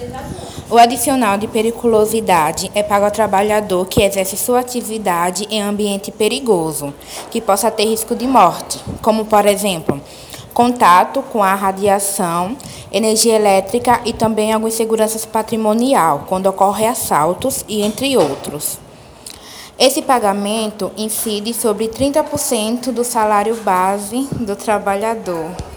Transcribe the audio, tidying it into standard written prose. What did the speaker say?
O adicional de periculosidade é pago ao trabalhador que exerce sua atividade em ambiente perigoso, que possa ter risco de morte, como, por exemplo, contato com a radiação, energia elétrica e também alguma insegurança patrimonial, quando ocorrem assaltos e entre outros. Esse pagamento incide sobre 30% do salário base do trabalhador.